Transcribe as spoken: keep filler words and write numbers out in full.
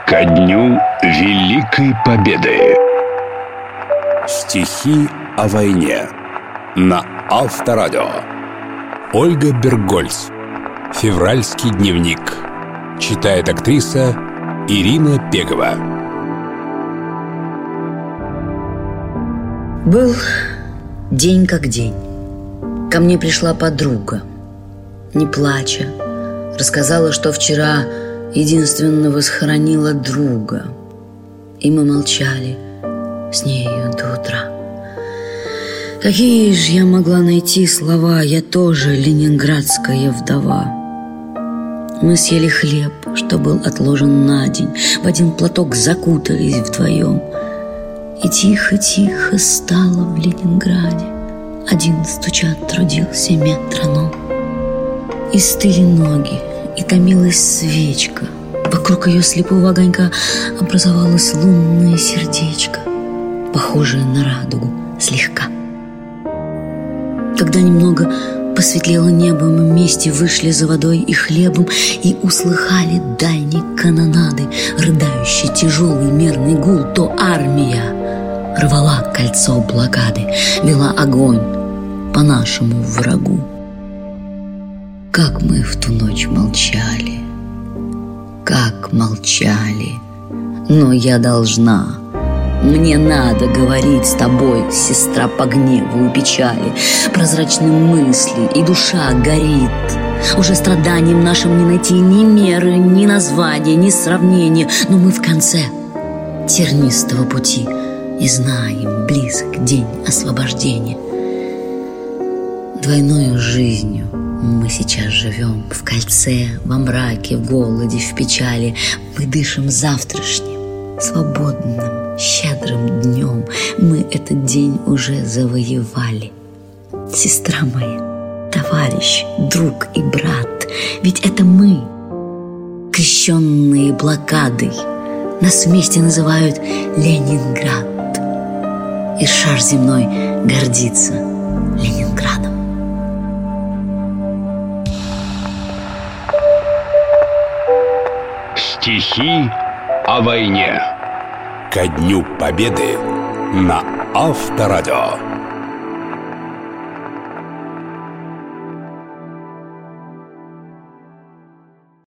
Ко дню Великой Победы. Стихи о войне на Авторадио. Ольга Бергольц. Февральский дневник. Читает актриса Ирина Пегова. Был день как день. Ко мне пришла подруга, не плача, рассказала, что вчера единственного схоронила друга. И мы молчали с нею до утра. Какие же я могла найти слова? Я тоже ленинградская вдова. Мы съели хлеб, что был отложен на день, в один платок закутались вдвоем. И тихо-тихо стало в Ленинграде. Один стучат трудился метроном. И стыли ноги, и томилась свечка. Вокруг ее слепого огонька образовалось лунное сердечко, похожее на радугу слегка. Когда немного посветлело небо, мы вместе вышли за водой и хлебом и услыхали дальней канонады, рыдающий тяжелый мерный гул. То армия рвала кольцо блокады, вела огонь по нашему врагу. Как мы в ту ночь молчали, как молчали. Но я должна, мне надо говорить с тобой, сестра, по гневу и печали. Прозрачны мысли, и душа горит. Уже страданием нашим не найти ни меры, ни названия, ни сравнения. Но мы в конце тернистого пути и знаем, близок день освобождения. Двойною жизнью мы сейчас живем в кольце, во мраке, в голоде, в печали. Мы дышим завтрашним, свободным, щедрым днем. Мы этот день уже завоевали. Сестра моя, товарищ, друг и брат, ведь это мы, крещенные блокадой. Нас вместе называют Ленинград. И шар земной гордится Ленинградом. Стихи о войне. Ко дню Победы на Авторадио.